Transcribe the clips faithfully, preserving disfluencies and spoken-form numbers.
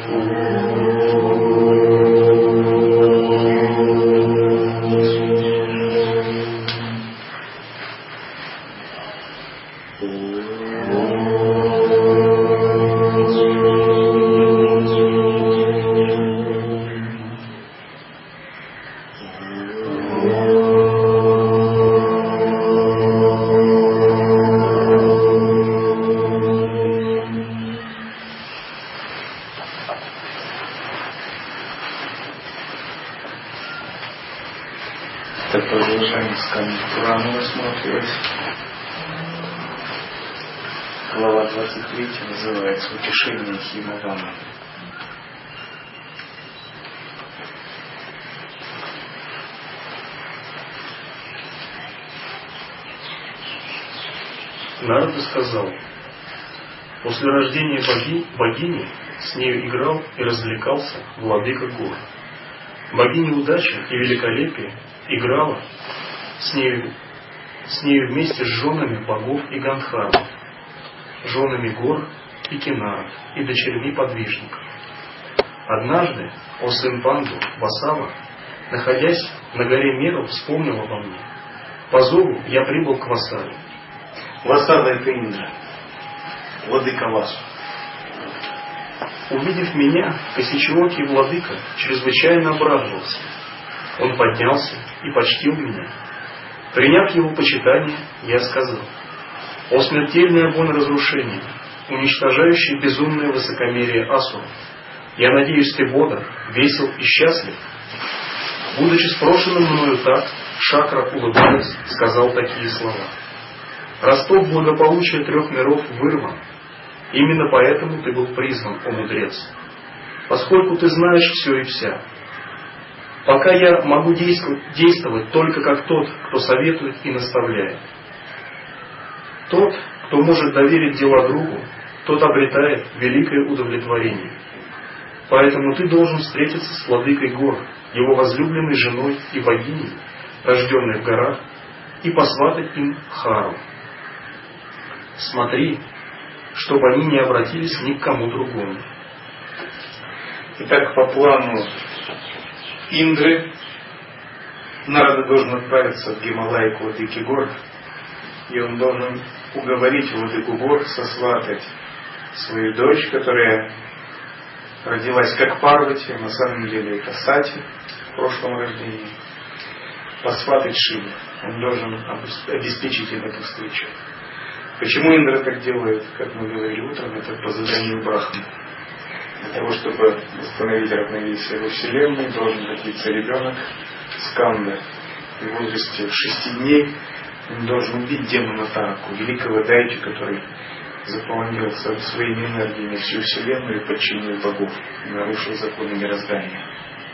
Так продолжаем Сканду Пурану рассматривать. Глава двадцать третья называется «Утешение Химавана». Нарада сказал: после рождения боги, богини с нею играл и развлекался владыка гор. Богиня удачи и великолепия играла с нею, с нею вместе с женами богов и Гандхаров, женами гор и кинаров и дочерьми подвижников. Однажды, о сын Панду, Васава, находясь на горе Меру, вспомнил обо мне. По зову я прибыл к Васаве. Васава — это Индра, владыка Васу. Увидев меня, тысячеокий владыка чрезвычайно обрадовался. Он поднялся и почтил меня. Приняв его почитание, я сказал: «О смертельный огонь разрушения, уничтожающий безумное высокомерие асуров, я надеюсь, ты бодр, весел и счастлив». Будучи спрошенным мною так, Шакра, улыбаясь, сказал такие слова: «Росток благополучия трех миров вырван. Именно поэтому ты был призван, о мудрец, поскольку ты знаешь все и вся. Пока я могу действовать, действовать только как тот, кто советует и наставляет. Тот, кто может доверить дела другу, тот обретает великое удовлетворение. Поэтому ты должен встретиться с владыкой гор, его возлюбленной женой и богиней, рожденной в горах, и посватать им Хару. Смотри, чтобы они не обратились ни к кому другому». Итак, по плану Индры Нарада должен отправиться в Гималай к владыке гор, и он должен уговорить владыку гор сосватать свою дочь, которая родилась как Парвати, на самом деле это Сати в прошлом рождении, посватать Шиве. Он должен обеспечить им эту встречу. Почему Индра так делает, как мы говорили утром, это по заданию Брахмы. Для того, чтобы восстановить равновесие во Вселенной, должен родиться ребенок Сканда. В возрасте шести дней он должен убить демона Тараку, великого Дайти, который заполонил своими энергиями всю Вселенную и подчинил богов, и нарушил законы мироздания.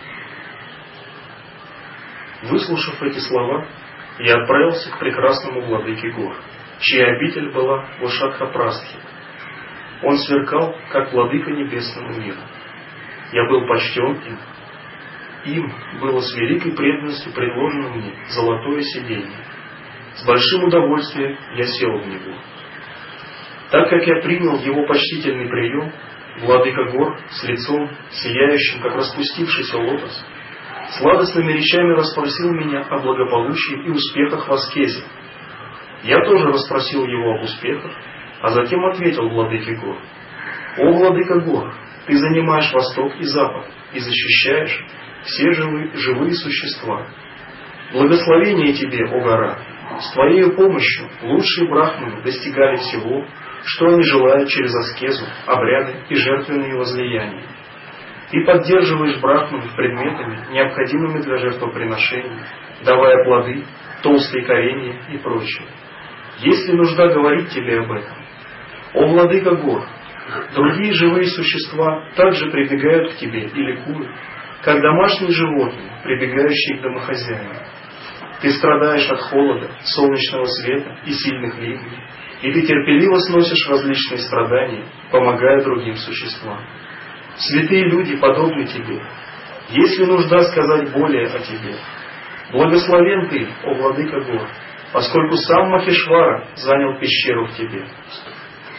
Выслушав эти слова, я отправился к прекрасному владыке гор, чья обитель была в Шакхапрастхе. Он сверкал, как владыка небесного мира. Я был почтен им. Им было с великой преданностью предложено мне золотое сиденье. С большим удовольствием я сел в него. Так как я принял его почтительный прием, владыка гор с лицом, сияющим, как распустившийся лотос, сладостными речами расспросил меня о благополучии и успехах в аскезе. Я тоже расспросил его об успехах, а затем ответил владыке гор: «О, владыка гор, ты занимаешь восток и запад и защищаешь все живые, живые существа. Благословение тебе, о гора! С твоей помощью лучшие брахманы достигали всего, что они желают через аскезу, обряды и жертвенные возлияния. Ты поддерживаешь брахманов предметами, необходимыми для жертвоприношений, давая плоды, толстые коренья и прочее. Есть ли нужда говорить тебе об этом? О, владыка гор, другие живые существа также прибегают к тебе и ликуют, как домашние животные, прибегающие к домохозяину. Ты страдаешь от холода, солнечного света и сильных ливней, и ты терпеливо сносишь различные страдания, помогая другим существам. Святые люди подобны тебе. Есть ли нужда сказать более о тебе? Благословен ты, о владыка гор, поскольку сам Махешвара занял пещеру в тебе».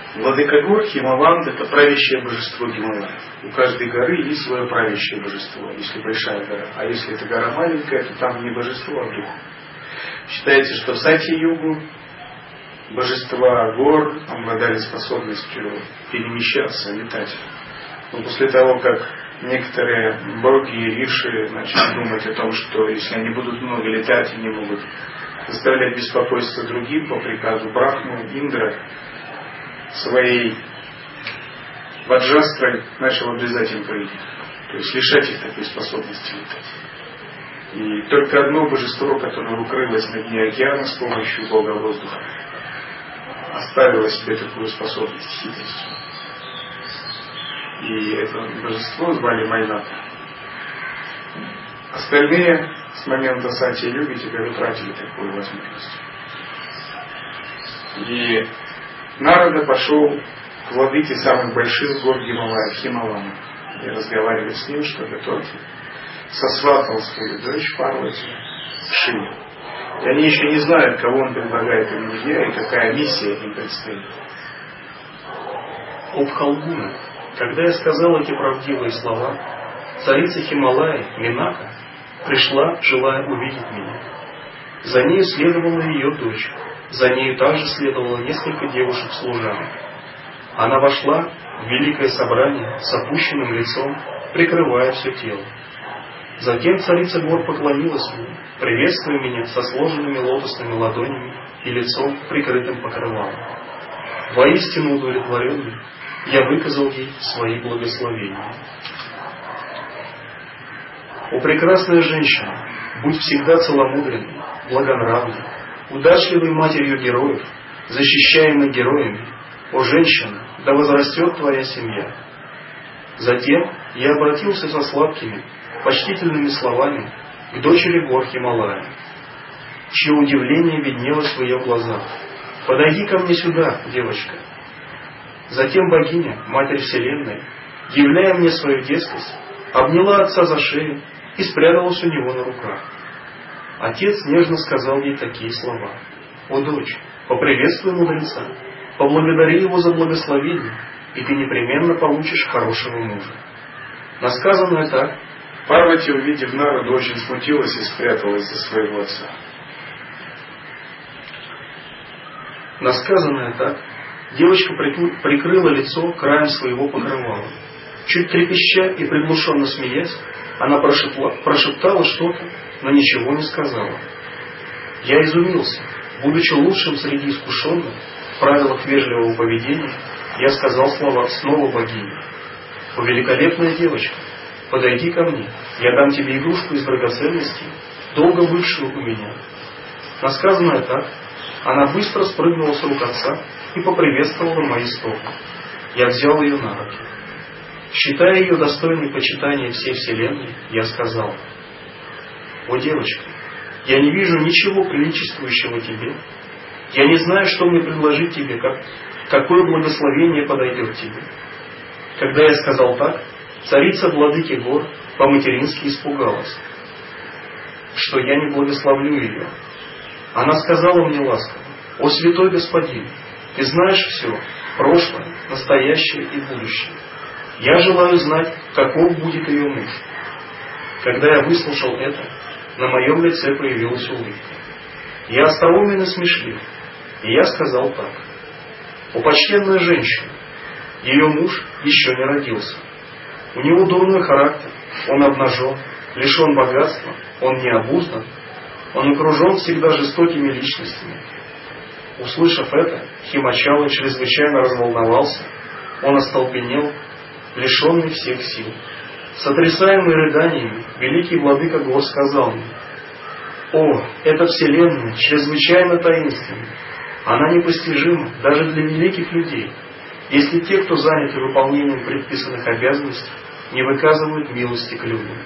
Владыка гор, Химавант, это правящее божество Гималая. У каждой горы есть свое правящее божество, если большая гора. А если это гора маленькая, то там не божество, а дух. Считается, что в Сати-югу божества гор обладали способностью перемещаться, летать. Но после того, как некоторые боги и риши начали думать о том, что если они будут много летать и не могут доставлять беспокойство другим, по приказу Брахмы, Индра своей ваджастрой начал обрезать им крылья, то есть лишать их такой способности летать. И только одно божество, которое укрылось на дне океана с помощью бога воздуха, оставило себе такую способность хитростью. И это божество звали Майната. Остальные с момента Сати-юги теперь утратили такую возможность. И Нарада пошел к владыке самых больших гор Гималая, Химавана, и разговаривает с ним, что готов сосватал свою дочь Парвати к Шиве. И они еще не знают, кого он предлагает им мужья и какая миссия им предстоит. О Пхалгуна, когда я сказал эти правдивые слова, царица Хималаи, Минака, пришла, желая увидеть меня. За нею следовала ее дочь. За нею также следовало несколько девушек-служанок. Она вошла в великое собрание с опущенным лицом, прикрывая все тело. Затем царица гор поклонилась мне, приветствуя меня со сложенными лотосными ладонями и лицом, прикрытым покрывалом. Воистину удовлетворенный, я выказал ей свои благословения. О прекрасная женщина, будь всегда целомудренной, благонравной, удачливой матерью героев, защищаемой героями. О женщина, да возрастет твоя семья. Затем я обратился со сладкими, почтительными словами к дочери гор Хималая, чье удивление виднелось в ее глазах. «Подойди ко мне сюда, девочка». Затем богиня, Матерь Вселенной, являя мне свою детскость, обняла отца за шею и спряталась у него на руках. Отец нежно сказал ей такие слова: «О, дочь, поприветствуй мудреца, поблагодари его за благословение, и ты непременно получишь хорошего мужа». На сказанное так, Парвати, увидев Нараду, очень смутилась и спряталась за своего отца. На сказанное так, девочка прикрыла лицо краем своего покрывала. Чуть трепеща и приглушенно смеясь, она прошептала, прошептала что-то, но ничего не сказала. Я изумился. Будучи лучшим среди искушенных в правилах вежливого поведения, я сказал слова снова богине: «О, великолепная девочка, подойди ко мне, я дам тебе игрушку из драгоценностей, долго бывшую у меня». На сказанное так, она быстро спрыгнула с рук отца и поприветствовала мои стопы. Я взял ее на руки. Считая ее достойной почитания всей вселенной, я сказал: «О, девочка, я не вижу ничего приличествующего тебе. Я не знаю, что мне предложить тебе, как, какое благословение подойдет тебе». Когда я сказал так, царица владыки гор по-матерински испугалась, что я не благословлю ее. Она сказала мне ласково: «О, святой господин, ты знаешь все, прошлое, настоящее и будущее. Я желаю знать, каков будет ее муж». Когда я выслушал это, на моем лице появилась улыбка. Я остроумен и смешлив, и я сказал так: «О, почтенная женщина, ее муж еще не родился. У него дурной характер, он обнажен, лишен богатства, он не обуздан, он окружен всегда жестокими личностями». Услышав это, Химачала чрезвычайно разволновался, он остолбенел, лишенный всех сил. Сотрясаемый рыданиями, великий владыка гор сказал мне: «О, эта вселенная чрезвычайно таинственна, она непостижима даже для великих людей, если те, кто заняты выполнением предписанных обязанностей, не выказывают милости к людям».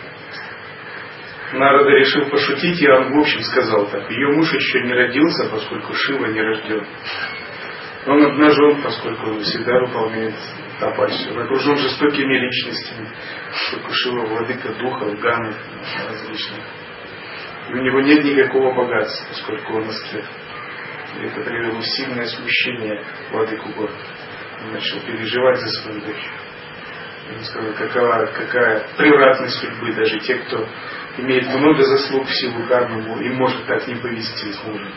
Нарада решил пошутить, и он в общем сказал так: ее муж еще не родился, поскольку Шива не рожден. Он обнажен, поскольку он всегда выполняет тапасию. Он окружен жестокими личностями, поскольку Шива владыка духов, ганов различных. И у него нет никакого богатства, поскольку он аскет. И это привело сильное смущение владыку гор. Он начал переживать за свою дочь. Он сказал, какова, какая превратность судьбы, даже те, кто имеет много заслуг в силу кармы, им может так не повести с мужем.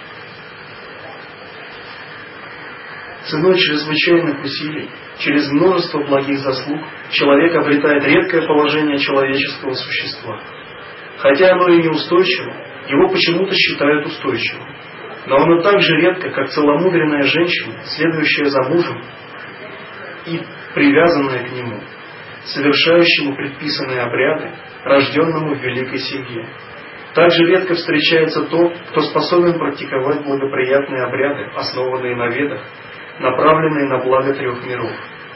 Ценой чрезвычайных усилий, через множество благих заслуг, человек обретает редкое положение человеческого существа. Хотя оно и неустойчиво, его почему-то считают устойчивым. Но оно так же редко, как целомудренная женщина, следующая за мужем и привязанная к нему, совершающему предписанные обряды, рожденному в великой семье. Также редко встречается тот, кто способен практиковать благоприятные обряды, основанные на ведах, направленные на благо трех миров.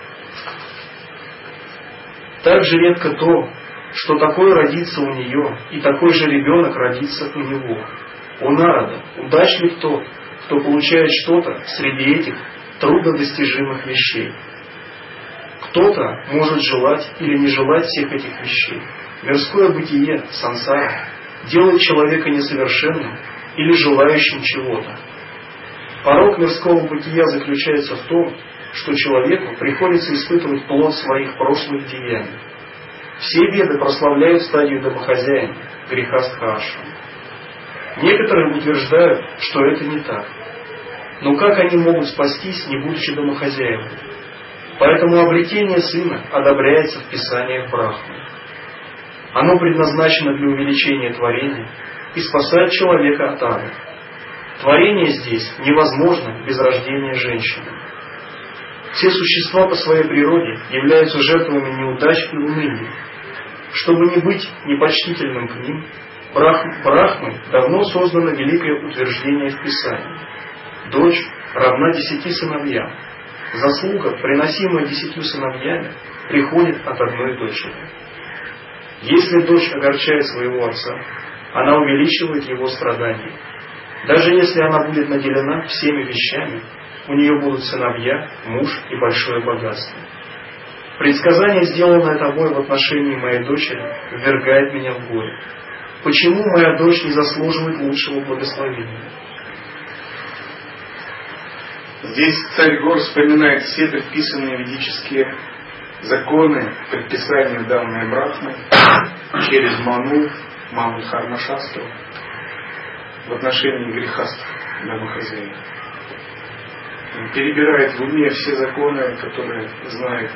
Также редко то, что такое родится у нее, и такой же ребенок родится у него. У Нарада удачлив тот, кто получает что-то среди этих труднодостижимых вещей. Кто-то может желать или не желать всех этих вещей. Мирское бытие, сансара, делает человека несовершенным или желающим чего-то. Порок мирского бытия заключается в том, что человеку приходится испытывать плод своих прошлых деяний. Все веды прославляют стадию домохозяина, грехастха-ашрама. Некоторые утверждают, что это не так. Но как они могут спастись, не будучи домохозяевами? Поэтому обретение сына одобряется в писаниях Брахмы. Оно предназначено для увеличения творения и спасает человека от ада. Творение здесь невозможно без рождения женщины. Все существа по своей природе являются жертвами неудач и уныния. Чтобы не быть непочтительным к ним, Брахм, Брахмой давно создано великое утверждение в Писании. Дочь равна десяти сыновьям. Заслуга, приносимая десятью сыновьями, приходит от одной дочери. Если дочь огорчает своего отца, она увеличивает его страдания. Даже если она будет наделена всеми вещами, у нее будут сыновья, муж и большое богатство. Предсказание, сделанное тобой в отношении моей дочери, ввергает меня в горе. Почему моя дочь не заслуживает лучшего благословения? Здесь царь Гор вспоминает все предписанные ведические законы, предписания, данные Брахмой, через Ману, Ману Дхарма-шастру, в отношении грехаств домохозяина. Он перебирает в уме все законы, которые знает,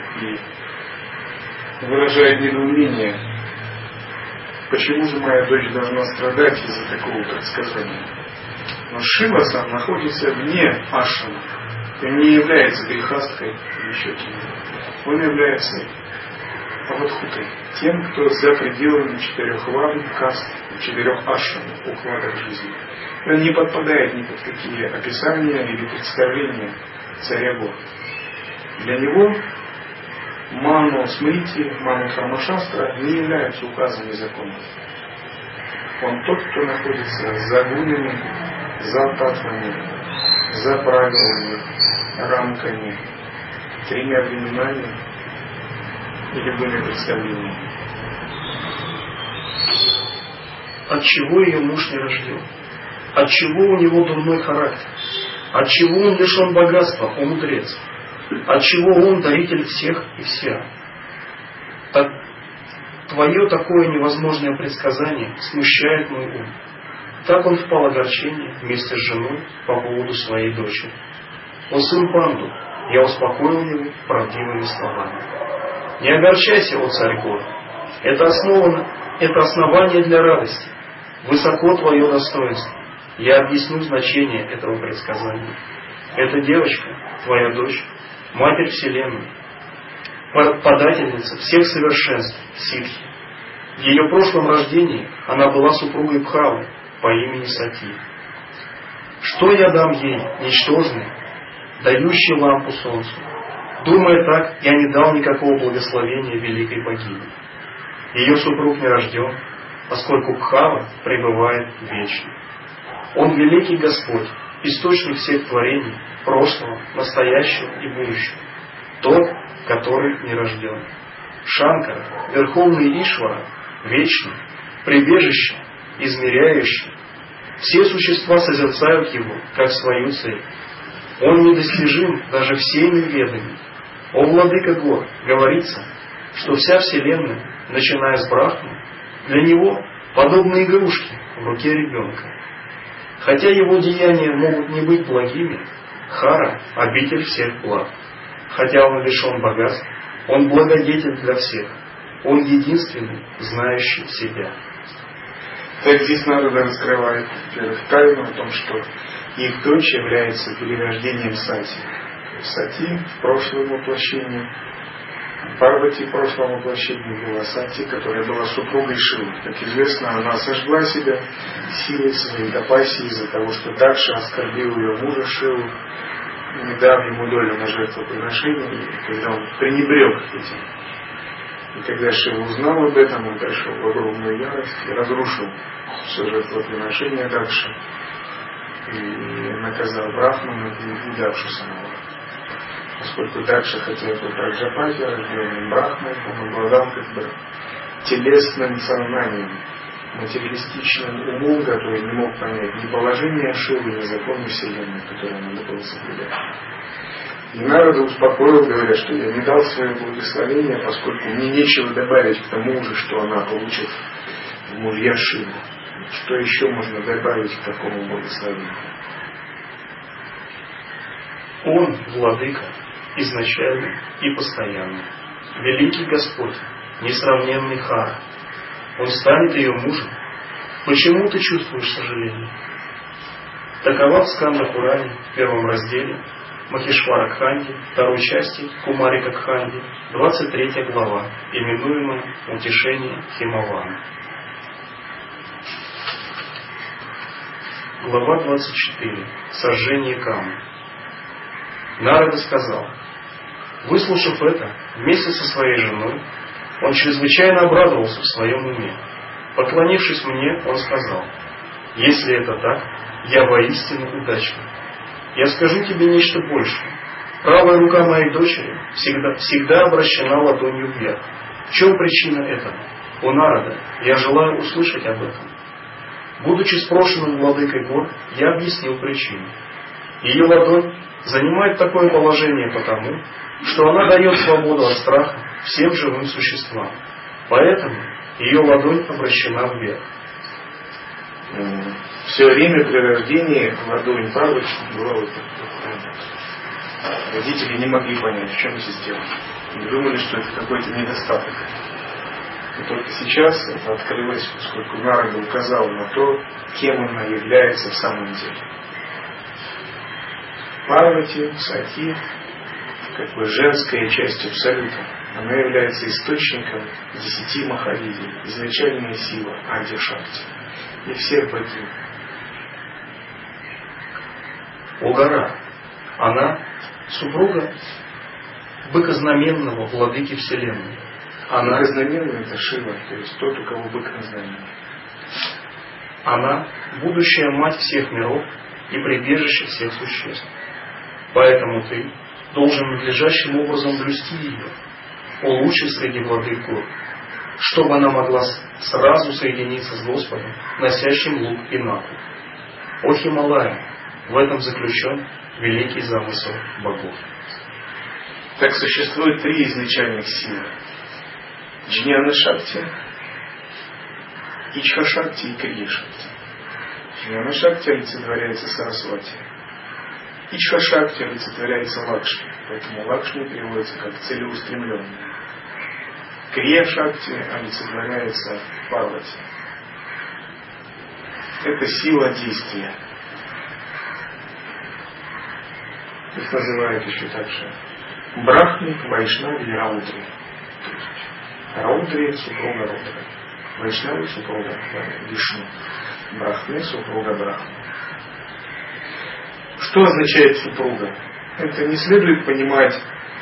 и выражает недоумение, почему же моя дочь должна страдать из-за такого предсказания. Но Шива сам находится вне ашрама. Он не является грехасткой или еще кем-то. Он является авадхутой, тем, кто за пределами четырех варн, каст, четырех ашрам, укладов жизни. Он не подпадает ни под какие описания или представления царя Гор. Для него ману смрити, ману дхарма-шастра не являются указами законов. Он тот, кто находится за гунами, за татвами, за правилами, рамками, тремя временами и любыми представлениями. Отчего ее муж не рожден? Отчего у него дурной характер? Отчего он лишен богатства, о мудрец? Отчего он даритель всех и вся? Так, твое такое невозможное предсказание смущает мой ум. Так он впал в огорчение вместе с женой по поводу своей дочери. О сын Панду, я успокоил его правдивыми словами. Не огорчайся, о царь Гор. Это, основано, это основание для радости. Высоко твое достоинство. Я объясню значение этого предсказания. Эта девочка, твоя дочь, Матерь Вселенной, подательница всех совершенств, Ситхи. В ее прошлом рождении она была супругой Бхавы по имени Сати. Что я дам ей, ничтожный, дающий лампу солнцу? Думая так, я не дал никакого благословения великой богине. Ее супруг не рожден, поскольку Бхава пребывает вечно. Он великий Господь, источник всех творений, прошлого, настоящего и будущего. Тот, который не рожден. Шанкара, Верховный Ишвара, вечный, прибежище, измеряющий. Все существа созерцают его, как свою цель. Он недостижим даже всеми ведами, О владыка гор, говорится, что вся Вселенная, начиная с Брахмы, для него подобны игрушки в руке ребенка. Хотя его деяния могут не быть благими, Хара – обитель всех благ. Хотя он лишен богатств, он благодетель для всех. Он единственный, знающий себя. Так здесь Нарада раскрывает, во-первых, тайну о том, что их дочь является перерождением Сати. Сати в прошлом воплощении, Парвати в прошлом воплощении была Сати, которая была супругой Шивы. Как известно, она сожгла себя силой своей тапаси из-за того, что Дакша оскорбил ее мужа Шиву, не дав ему долю на жертвоприношение, когда он пренебрег этим. И когда Шива узнал об этом, он пришел в огромную ярость и разрушил все жертвоприношение Дакши и наказал Брахмана и Дакшу самого. Поскольку Дакша хотел быть Раджапати, рожденным Брахмой, он обладал как бы телесным сознанием, материалистичным умом, который не мог понять ни положение Шивы, ни законы Вселенной, которые надо было соблюдать. И Нарада успокоил, говоря, что я не дал свое благословение, поскольку мне нечего добавить к тому же, что она получит в мужья Шивы. Что еще можно добавить к такому благословению? Он, владыка, изначальный и постоянный, великий Господь, несравненный Хара. Он станет ее мужем. Почему ты чувствуешь сожаление? Такова в Сканда Пуране, в первом разделе, Махишвара Кханди, второй части, Кумарика Кханди, двадцать третья глава, именуемая «Утешение Химавана». Глава двадцать четыре. Сожжение Камы. Нарада сказал: выслушав это, вместе со своей женой, он чрезвычайно обрадовался в своем уме. Поклонившись мне, он сказал: если это так, я воистину удачлив. Я скажу тебе нечто большее. Правая рука моей дочери всегда, всегда обращена ладонью вверх. В чем причина этого? О Нарада, я желаю услышать об этом. Будучи спрошенным владыкой гор, я объяснил причину. Ее ладонь занимает такое положение потому, что она дает свободу от страха всем живым существам. Поэтому ее ладонь обращена вверх. Все время при рождении ладонь Парвати была вот так. Родители не могли понять, в чем система. Они думали, что это какой-то недостаток. И только сейчас это открылось, поскольку Нарада указал на то, кем она является в самом деле. Парвати, Сати, как бы женская часть Абсолюта, она является источником десяти Махавиди, изначальная сила Ади-Шакти и всех богинь. О гора, она супруга быкознаменного владыки Вселенной. Она быкознаменный — это Шива, то есть тот, у кого бык на знамени. Она будущая мать всех миров и прибежище всех существ. Поэтому ты должен надлежащим образом блюсти ее, о лучший среди владык гор, чтобы она могла сразу соединиться с Господом, носящим лук и наку. О Хималая, в этом заключен великий замысел богов. Так существует три изначальных силы: Джняна Шакти, Ичха Шакти и Крия Шакти. Джняна Шакти олицетворяется Сарасвати. Ичха Шакти олицетворяется Лакшми, поэтому Лакшми переводится как целеустремленный. Крия Шакти олицетворяется Парвати. Это сила действия. Их называют еще также Брахми, Вайшнави и Раудри. Раудри — супруга Рудра. Вайшнави — супруга Вишну. Брахми — супруга Брахмы. Что означает супруга? Это не следует понимать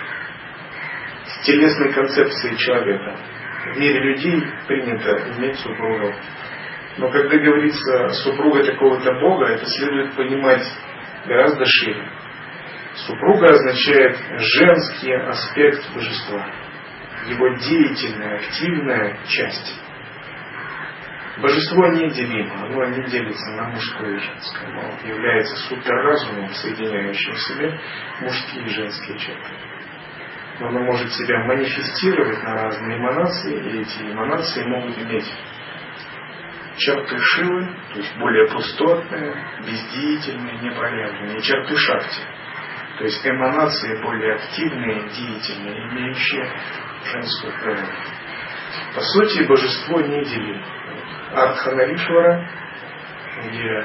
с телесной концепцией человека. В мире людей принято иметь супругов. Но когда говорится супруга такого-то Бога, это следует понимать гораздо шире. Супруга означает женский аспект божества, его деятельная, активная часть. Божество неделимо, оно не делится на мужское и женское, оно является суперразумом, соединяющим в себе мужские и женские черты. Оно может себя манифестировать на разные эманации, и эти эманации могут иметь черты Шивы, то есть более пустотные, бездеятельные, непроявленные, и черты Шакти, то есть эманации более активные, деятельные, имеющие женскую природу. По сути, божество неделимо. Ардханаришвара, где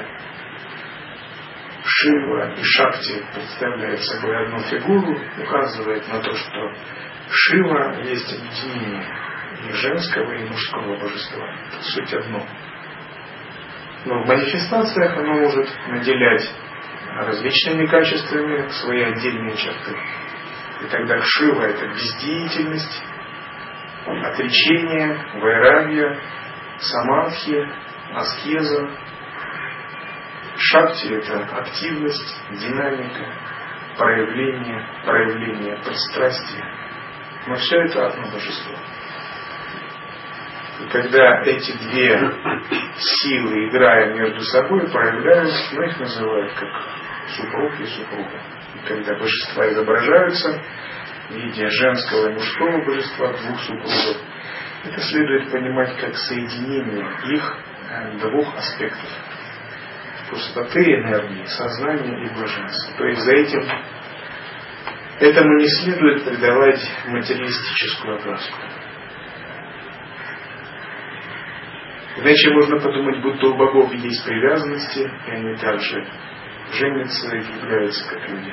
Шива и Шакти представляют собой одну фигуру, указывает на то, что Шива есть объединение и женского, и мужского божества. Это суть одно. Но в манифестациях оно может наделять различными качествами свои отдельные черты. И тогда Шива — это бездеятельность, отречение, вайрагья, самадхи, аскеза. Шакти — это активность, динамика, проявление, проявление пристрастия. Но все это одно божество. И когда эти две силы, играя между собой, проявляются, мы их называют как супруг и супруга. И когда божества изображаются в виде женского и мужского божества, двух супругов, это следует понимать как соединение их двух аспектов: пустоты, энергии, сознания и блаженства. То есть за этим этому не следует придавать материалистическую окраску. Иначе можно подумать, будто у богов есть привязанности, и они также женятся и являются как люди.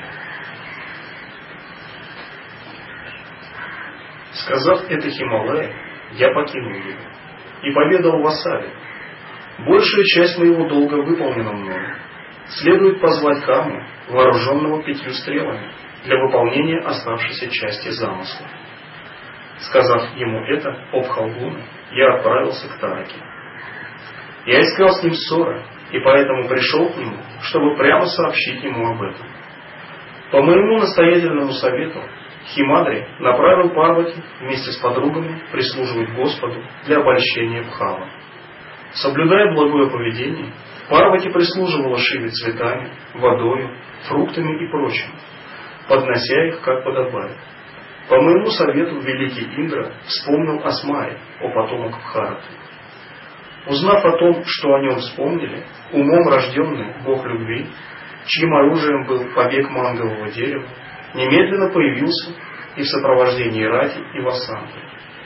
Сказав это Хималае, я покинул его и поведал Васаве: большая часть моего долга выполнена мною. Следует позвать Каму, вооруженного пятью стрелами, для выполнения оставшейся части замысла. Сказав ему это об Халгуна, я отправился к Тараке. Я искал с ним ссоры, и поэтому пришел к нему, чтобы прямо сообщить ему об этом. По моему настоятельному совету Химадри направил Парвати вместе с подругами прислуживать Господу для обольщения Бхава. Соблюдая благое поведение, Парвати прислуживала Шиве цветами, водою, фруктами и прочим, поднося их как подобает. По моему совету великий Индра вспомнил о Смаре, о потомок Бхараты. Узнав о том, что о нем вспомнили, умом рожденный Бог любви, чьим оружием был побег мангового дерева, немедленно появился и в сопровождении Рати и Васанты.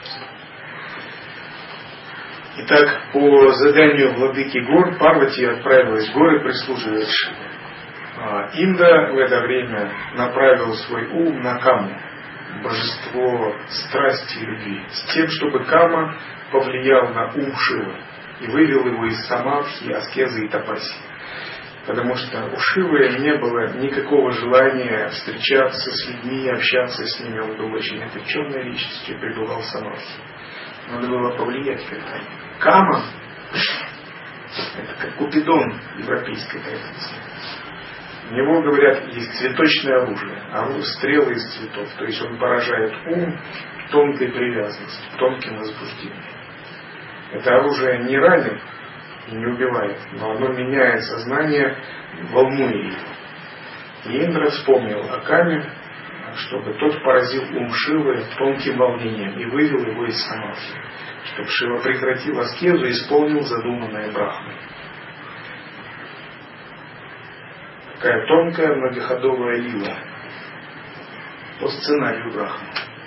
Итак, по заданию владыки гор Парвати отправилась в горы прислуживать Шиве. Индра в это время направил свой ум на Каму, божество страсти и любви, с тем, чтобы Кама повлиял на ум Шивы и вывел его из самадхи, аскезы и тапаси. Потому что у Шивы не было никакого желания встречаться с людьми, общаться с ними. Он был очень отвлеченной личностью, пребывал в самадхи. Надо было повлиять как-то. Кама — это как Купидон европейской традиции. У него, говорят, есть цветочное оружие, оружие стрелы из цветов. То есть он поражает ум тонкой привязанностью, тонким возбуждением. Это оружие не ранит и не убивает, но оно меняет сознание, волнуя его. И Индра вспомнил о Каме, чтобы тот поразил ум Шивы тонким волнением и вывел его из самадхи, чтобы Шива прекратил аскезу и исполнил задуманное Брахмой. Такая тонкая многоходовая лила по сценарию Брахмы.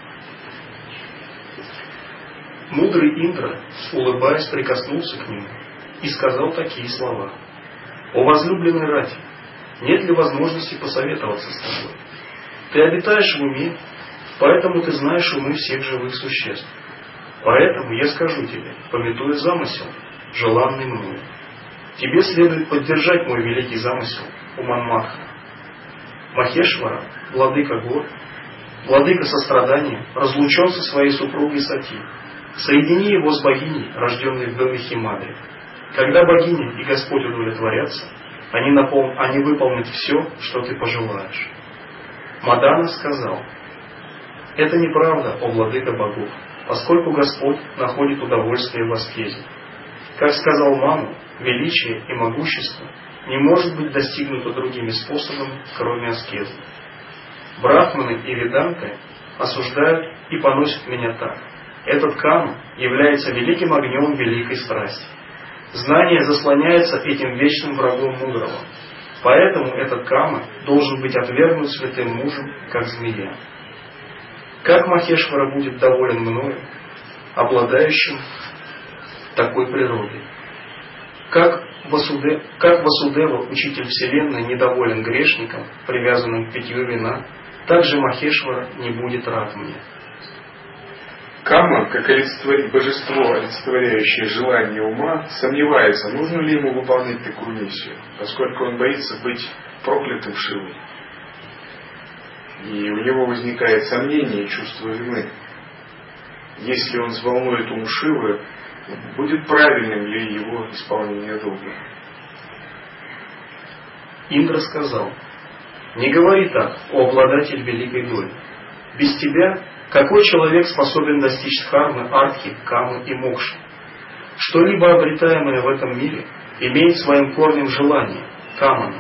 Мудрый Индра, улыбаясь, прикоснулся к нему и сказал такие слова: «О возлюбленный Рати, нет ли возможности посоветоваться с тобой? Ты обитаешь в уме, поэтому ты знаешь умы всех живых существ. Поэтому я скажу тебе, памятуя замысел, желанный мною. Тебе следует поддержать мой великий замысел, Уманматха. Махешвара, владыка гор, владыка сострадания, разлучен со своей супругой Сати. Соедини его с богиней, рожденной в доме Химадри. Когда богиня и Господь удовлетворятся, они, напол... они выполнят все, что ты пожелаешь». Мадана сказал: «Это неправда, о владыка богов, поскольку Господь находит удовольствие в аскезе. Как сказал Ману, величие и могущество не может быть достигнуто другими способами, кроме аскезы. Брахманы и веданты осуждают и поносят меня так. Этот Кама является великим огнем великой страсти. Знание заслоняется этим вечным врагом мудрого. Поэтому этот Кама должен быть отвергнут святым мужем, как змея. Как Махешвара будет доволен мною, обладающим такой природой? Как Васудева, как Васудева, учитель Вселенной, недоволен грешником, привязанным к питью вина, так же Махешвара не будет рад мне. Кама, как олицетворить божество, олицетворяющее желание ума, сомневается, нужно ли ему выполнять такую миссию, поскольку он боится быть проклятым Шивой. И у него возникает сомнение и чувство вины. Если он взволнует ум Шивы, будет правильным ли его исполнение долга? Индра сказал: «Не говори так, о обладатель великой доли. Без тебя какой человек способен достичь дхармы, артхи, камы и мокши? Что-либо обретаемое в этом мире имеет своим корнем желание, камана.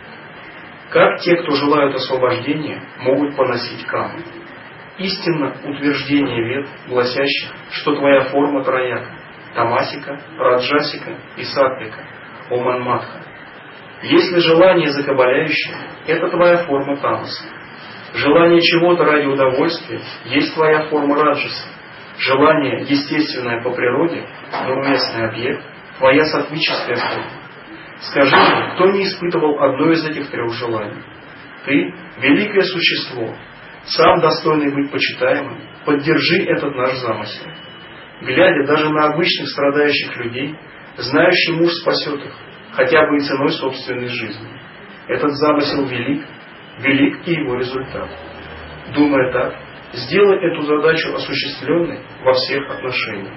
Как те, кто желают освобождения, могут поносить каму? Истинно утверждение вед, гласящих, что твоя форма трояка, тамасика, раджасика и сатвика, о манматха. Если желание закабаляющее, это твоя форма тамаса. Желание чего-то ради удовольствия есть твоя форма раджаса. Желание, естественное по природе, но уместный объект, твоя сатвическая форма. Скажи мне, кто не испытывал одно из этих трех желаний? Ты, великое существо, сам достойный быть почитаемым, поддержи этот наш замысел. Глядя даже на обычных страдающих людей, знающий муж спасет их, хотя бы и ценой собственной жизни. Этот замысел велик, велик и его результат. Думая так, сделай эту задачу осуществленной во всех отношениях.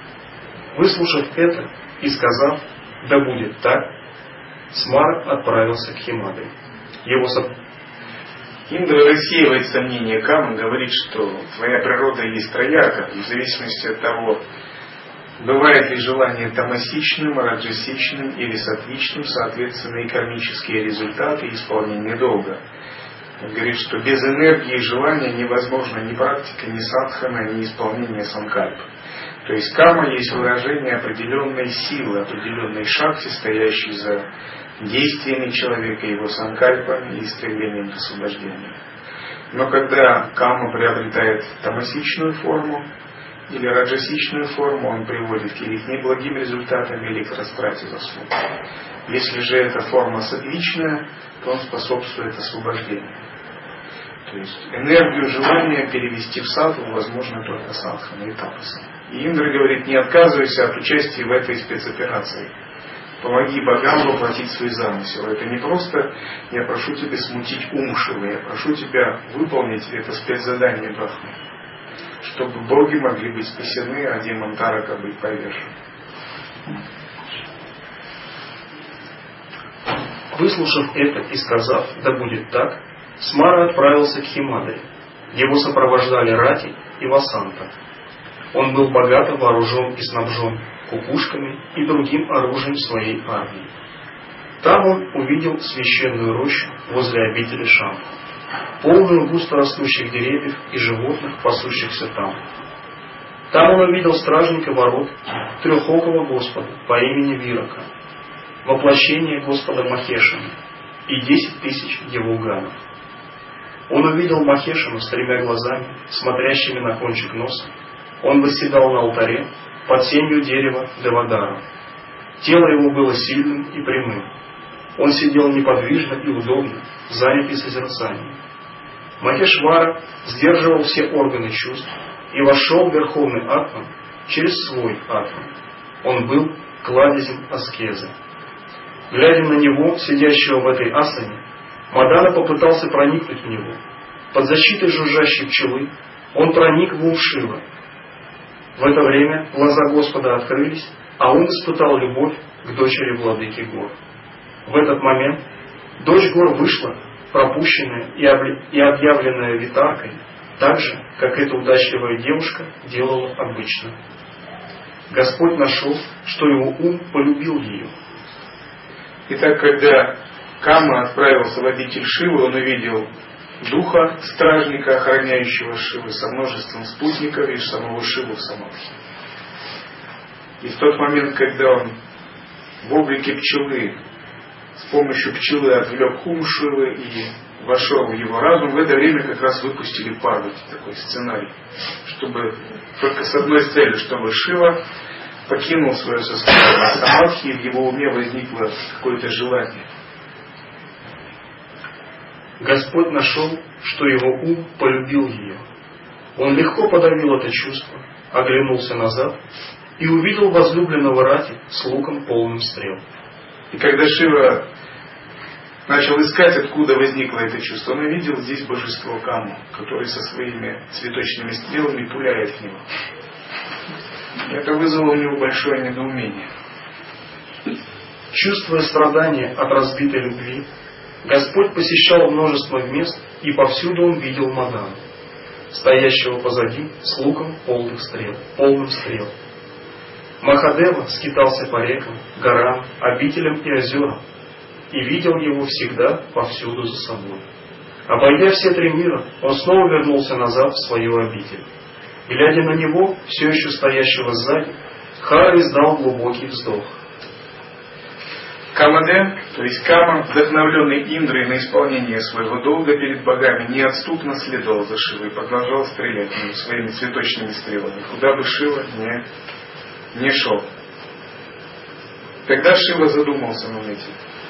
Выслушав это и сказав: «Да будет так», Смара отправился к Химадре. Его соп... Индра рассеивает сомнения Камы, говорит, что твоя природа есть трояка, и в зависимости от того, бывает ли желание тамасичным, раджасичным или сатвичным, соответственно и кармические результаты исполнения долга. Он говорит, что без энергии желания невозможно ни практика, ни садхана, ни исполнение санкальпа. То есть кама есть выражение определенной силы, определенной шакти, стоящей за действиями человека, его санкальпами и стремлением к освобождению. Но когда кама приобретает тамасичную форму или раджасичную форму, он приводит или к неблагим результатам, или к растрате заслуг. Если же эта форма сатвичная, то он способствует освобождению. То есть энергию желания перевести в саттву возможно только садханой и тапасой. И Индра говорит: не отказывайся от участия в этой спецоперации. Помоги богам воплотить свой замысел. Это не просто я прошу тебя смутить ум Шивы, я прошу тебя выполнить это спецзадание Брахмы, чтобы боги могли быть спасены, а демон Тарака быть повержен. Выслушав это и сказав: «Да будет так», Смара отправился к Химадре. Его сопровождали Рати и Васанта. Он был богато вооружен и снабжен кукушками и другим оружием своей армии. Там он увидел священную рощу возле обители Шамбху, полную густо растущих деревьев и животных, пасущихся там. Там он увидел стражника ворот, трехокого Господа по имени Вирака, воплощение Господа Махешина и десять тысяч его ганов. Он увидел Махешину с тремя глазами, смотрящими на кончик носа. Он восседал на алтаре под сенью дерева Девадара. Тело его было сильным и прямым. Он сидел неподвижно и удобно, занятый созерцанием. Махешвара сдерживал все органы чувств и вошел в Верховный Атман через свой Атман. Он был кладезем аскезы. Глядя на него, сидящего в этой асане, Мадана попытался проникнуть в него. Под защитой жужжащей пчелы он проник в ум Шивы. В это время глаза Господа открылись, а он испытал любовь к дочери владыки гор. В этот момент дочь гор вышла, пропущенная и объявленная Витаркой, так же, как эта удачливая девушка делала обычно. Господь нашел, что его ум полюбил ее. Итак, когда Кама отправился в обитель Шивы, он увидел духа, стражника, охраняющего Шивы, со множеством спутников и самого Шиву в Самадхи. И в тот момент, когда он в облике пчелы, с помощью пчелы отвлек ум Шивы и вошел в его разум, в это время как раз выпустили Парвати, такой сценарий, чтобы только с одной целью, чтобы Шива покинул свое состояние самадхи, и в его уме возникло какое-то желание. Господь нашел, что его ум полюбил ее. Он легко подавил это чувство, оглянулся назад и увидел возлюбленного Рати с луком полным стрел. И когда Шива начал искать, откуда возникло это чувство, он увидел здесь божество Каму, который со своими цветочными стрелами пуляет в него. Это вызвало у него большое недоумение. Чувствуя страдания от разбитой любви, Господь посещал множество мест, и повсюду он видел Мадану, стоящего позади с луком полных стрел, полным стрел. Махадева скитался по рекам, горам, обителям и озерам, и видел его всегда повсюду за собой. Обойдя все три мира, он снова вернулся назад в свою обитель. Глядя на него, все еще стоящего сзади, Хара издал глубокий вздох. Камадев, то есть Кама, вдохновленный Индрой на исполнение своего долга перед богами, неотступно следовал за Шивой и продолжал стрелять в него своими цветочными стрелами, куда бы Шива не, не шел. Тогда Шива задумался над этим.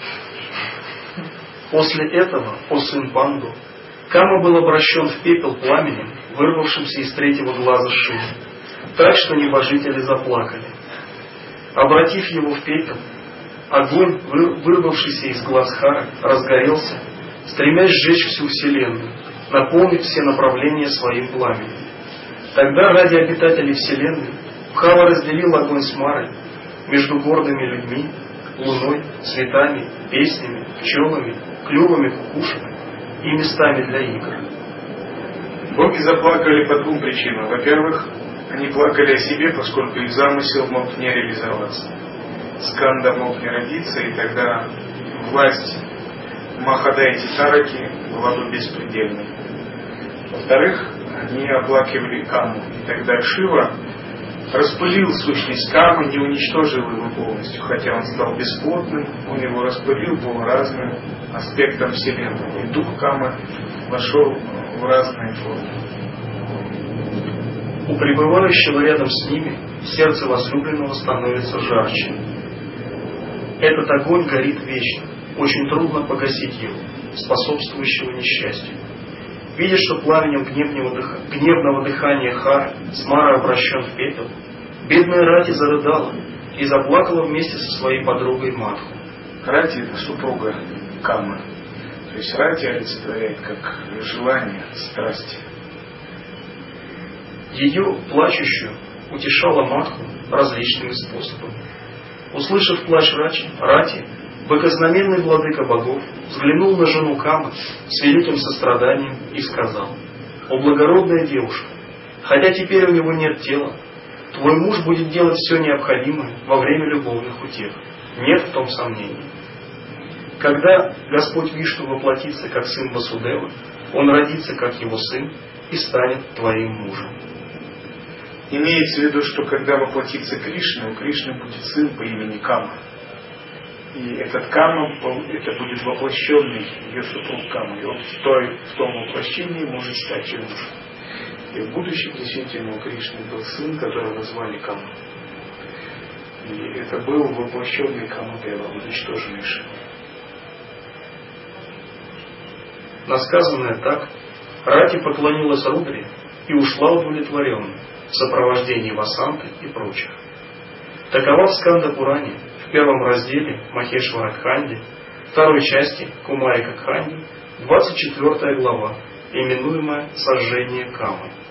После этого, о сын Панду, Кама был обращен в пепел пламенем, вырвавшимся из третьего глаза Шивы, так что небожители заплакали. Обратив его в пепел, огонь, вырвавшийся из глаз Хары, разгорелся, стремясь сжечь всю Вселенную, наполнить все направления своим пламенем. Тогда ради обитателей Вселенной Бхава разделил огонь с Марой между гордыми людьми, луной, цветами, песнями, пчелами, клювами кукушек и местами для игр. Боги заплакали по двум причинам. Во-первых, они плакали о себе, поскольку их замысел мог не реализоваться. Сканда мог не родиться, и тогда власть Махадайти Тараки была бы беспредельной. Во-вторых, они оплакивали Каму, и тогда Шива распылил сущность Камы, не уничтожил его полностью, хотя он стал бесплотным, он его распылил по разным аспектам Вселенной, и дух Камы вошел в разные формы. У пребывающего рядом с ними сердце возлюбленного становится жарче. Этот огонь горит вечно, очень трудно погасить его, способствующего несчастью. Видя, что пламенем гневного, дыха... гневного дыхания Хары Смара обращен в пепел, бедная Рати зарыдала и заплакала вместе со своей подругой Мадху. Рати — это супруга Камы. То есть Рати олицетворяет как желание, страсть. Ее, плачущую, утешала Мадху различными способами. Услышав плач Рати, Рати, богознаменный владыка богов взглянул на жену Камы с великим состраданием и сказал: «О благородная девушка, хотя теперь у него нет тела, твой муж будет делать все необходимое во время любовных утех. Нет в том сомнений. Когда Господь Вишну воплотится как сын Васудевы, он родится как его сын и станет твоим мужем». Имеется в виду, что когда воплотится Кришна, у Кришны будет сын по имени Кама. И этот Кама, это будет воплощенный ее супруг Кама. И он в, той, в том воплощении может стать ее мужем. И в будущем действительно у Кришны был сын, которого звали Кама. И это был воплощенный Камадева, уничтоженный Шива. Насказанное так, Рати поклонилась Рудре и ушла удовлетворенной в сопровождении Васанты и прочих. Такова в Сканда-Пуране, в первом разделе Махешвара-Кханди, второй части Кумарика-Кханди, двадцать четвёртая глава, именуемая «Сожжение Камы».